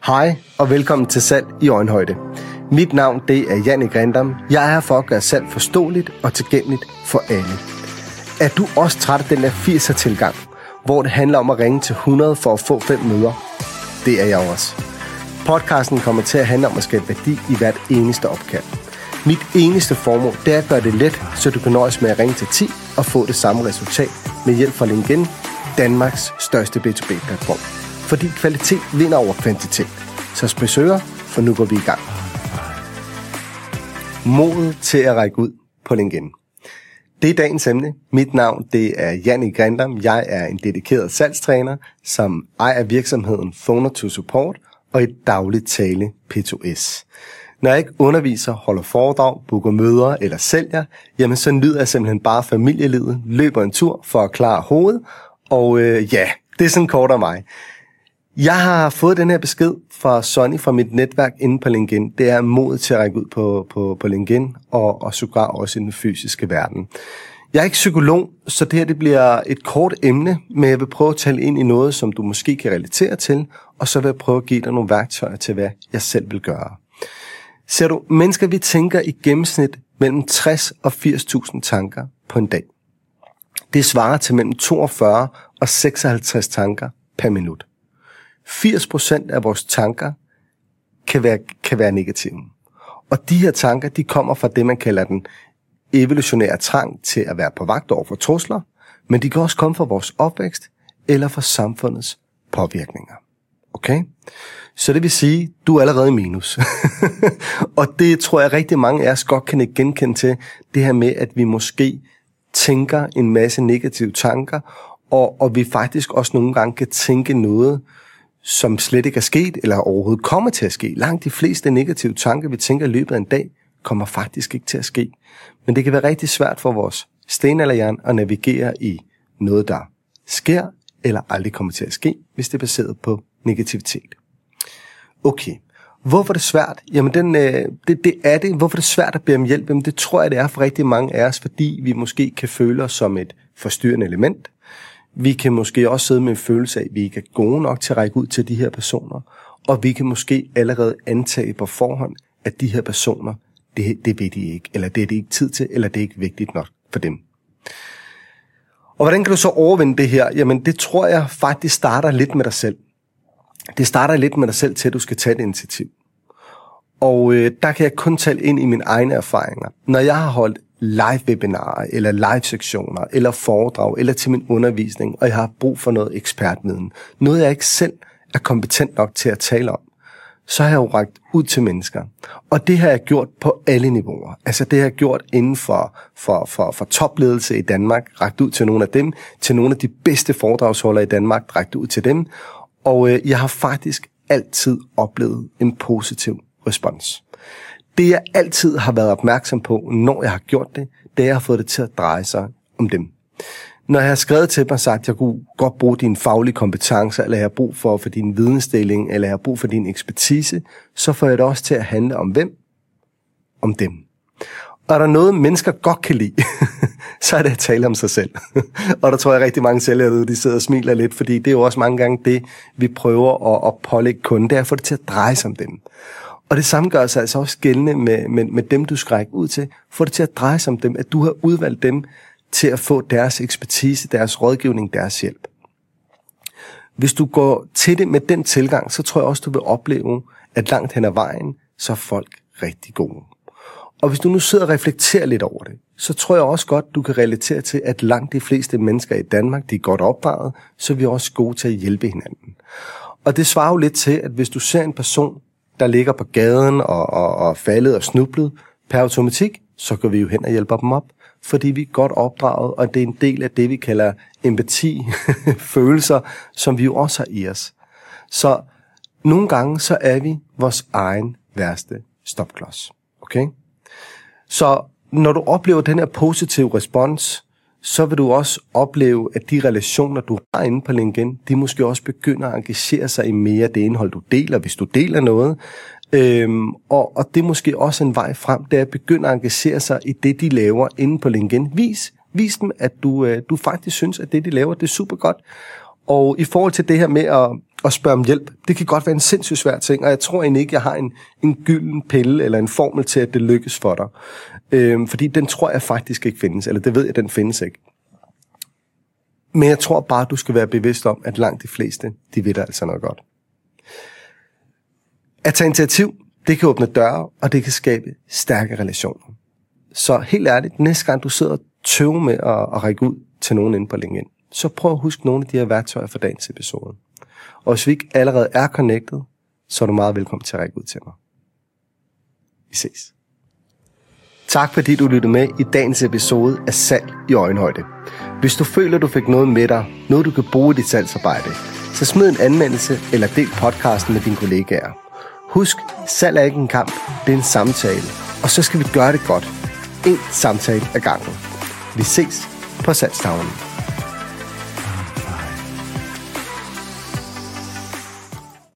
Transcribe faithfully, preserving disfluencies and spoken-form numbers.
Hej og velkommen til Salg i Øjenhøjde. Mit navn det er Jannik Rindam. Jeg er her for at gøre salg forståeligt og tilgængeligt for alle. Er du også træt af den der firser tilgang, hvor det handler om at ringe til hundrede for at få fem møder? Det er jeg også. Podcasten kommer til at handle om at skabe værdi i hvert eneste opkald. Mit eneste formål det er at gøre det let, så du kan nøjes med at ringe til ti og få det samme resultat med hjælp fra LinkedIn, Danmarks største B to B-platform. Fordi kvalitet vinder over kvantitet. Så spids ører, for nu går vi i gang. Modet til at række ud på LinkedIn. Det er dagens emne. Mit navn det er Jannik Rindam. Jeg er en dedikeret salgstræner, som ejer virksomheden Phoner to Support og i dagligt tale P to S. Når jeg ikke underviser, holder foredrag, booker møder eller sælger, jamen så nyder jeg simpelthen bare familielivet, løber en tur for at klare hovedet, og øh, ja, det er sådan kort af mig. Jeg har fået den her besked fra Sonny fra mit netværk inde på LinkedIn. Det er modet til at række ud på, på, på LinkedIn og, og sågar også i den fysiske verden. Jeg er ikke psykolog, så det her det bliver et kort emne, men jeg vil prøve at tale ind i noget, som du måske kan relatere til, og så vil jeg prøve at give dig nogle værktøjer til, hvad jeg selv vil gøre. Ser du, mennesker vi tænker i gennemsnit mellem tres og firs tusind tanker på en dag. Det svarer til mellem toogfyrre og seksoghalvtreds tanker per minut. firs procent af vores tanker kan være, kan være negative. Og de her tanker, de kommer fra det, man kalder den evolutionære trang til at være på vagt over for trusler, men de kan også komme fra vores opvækst eller fra samfundets påvirkninger. Okay? Så det vil sige, du er allerede i minus. Og det tror jeg rigtig mange af os godt kan genkende til, det her med, at vi måske tænker en masse negative tanker, og, og vi faktisk også nogle gange kan tænke noget, som slet ikke er sket, eller overhovedet kommer til at ske. Langt de fleste negative tanker, vi tænker i løbet af en dag, kommer faktisk ikke til at ske. Men det kan være rigtig svært for vores stenalderhjerne at navigere i noget, der sker, eller aldrig kommer til at ske, hvis det er baseret på negativitet. Okay, hvorfor er det svært? Jamen, den, øh, det, det er det. Hvorfor er det svært at bede om hjælp? Jamen, det tror jeg, det er for rigtig mange af os, fordi vi måske kan føle os som et forstyrrende element. Vi kan måske også sidde med en følelse af, at vi ikke er gode nok til at række ud til de her personer. Og vi kan måske allerede antage på forhånd, at de her personer, det, det ved de ikke, eller det er det ikke tid til, eller det er ikke vigtigt nok for dem. Og hvordan kan du så overvinde det her? Jamen, det tror jeg faktisk starter lidt med dig selv. Det starter lidt med dig selv til, at du skal tage et initiativ. Og øh, der kan jeg kun tale ind i mine egne erfaringer. Når jeg har holdt live-webinarer, eller live-sektioner, eller foredrag, eller til min undervisning, og jeg har brug for noget ekspertviden, noget jeg ikke selv er kompetent nok til at tale om, så har jeg jo rækket ud til mennesker. Og det har jeg gjort på alle niveauer. Altså det har jeg gjort inden for, for, for, for topledelse i Danmark, rækket ud til nogle af dem, til nogle af de bedste foredragsholdere i Danmark, rækket ud til dem. Og øh, jeg har faktisk altid oplevet en positiv respons. Det jeg altid har været opmærksom på, når jeg har gjort det, det er, at jeg har fået det til at dreje sig om dem. Når jeg har skrevet til dem og sagt, at jeg kunne godt bruge dine faglige kompetencer, eller jeg har brug for, for din vidensdeling, eller jeg har brug for din ekspertise, så får jeg det også til at handle om hvem? Om dem. Og er der noget, mennesker godt kan lide, så er det at tale om sig selv. Og der tror jeg rigtig mange sælgere, de sidder og smiler lidt, fordi det er jo også mange gange det, vi prøver at, at pålægge kunden, det er at få det til at dreje sig om dem. Og det samme gør sig altså også gældende med, med, med dem, du skal række ud til. Få det til at dreje sig om dem, at du har udvalgt dem til at få deres ekspertise, deres rådgivning, deres hjælp. Hvis du går til det med den tilgang, så tror jeg også, du vil opleve, at langt hen ad vejen, så er folk rigtig gode. Og hvis du nu sidder og reflekterer lidt over det, så tror jeg også godt, du kan relatere til, at langt de fleste mennesker i Danmark, de er godt opdraget, så er vi også gode til at hjælpe hinanden. Og det svarer jo lidt til, at hvis du ser en person, der ligger på gaden og, og, og faldet og snublet per automatik, så går vi jo hen og hjælper dem op, fordi vi er godt opdraget, og det er en del af det, vi kalder empati, følelser, som vi jo også har i os. Så nogle gange, så er vi vores egen værste stopklods. Okay? Så når du oplever den her positive respons, så vil du også opleve, at de relationer, du har inde på LinkedIn, de måske også begynder at engagere sig i mere af det indhold, du deler, hvis du deler noget. Øhm, og, og det er måske også en vej frem, det er at begynde at engagere sig i det, de laver inde på LinkedIn. Vis, vis dem, at du, øh, du faktisk synes, at det, de laver, det er super godt. Og i forhold til det her med at, at spørge om hjælp, det kan godt være en sindssygt svær ting, og jeg tror egentlig ikke, jeg har en, en gylden pille eller en formel til, at det lykkes for dig. Øhm, fordi den tror jeg faktisk ikke findes, eller det ved jeg, den findes ikke. Men jeg tror bare, du skal være bevidst om, at langt de fleste, de ved dig altså noget godt. At tage initiativ, det kan åbne døre, og det kan skabe stærke relationer. Så helt ærligt, næste gang du sidder og tøver med at, at række ud til nogen inde på LinkedIn, så prøv at huske nogle af de her værktøjer fra dagens episode. Og hvis vi ikke allerede er connected, så er du meget velkommen til at række ud til mig. Vi ses. Tak fordi du lyttede med i dagens episode af Salg i Øjenhøjde. Hvis du føler, du fik noget med dig, noget du kan bruge i dit salgsarbejde, så smid en anmeldelse eller del podcasten med dine kollegaer. Husk, salg er ikke en kamp, det er en samtale. Og så skal vi gøre det godt. En samtale ad gangen. Vi ses på Salgstavlen.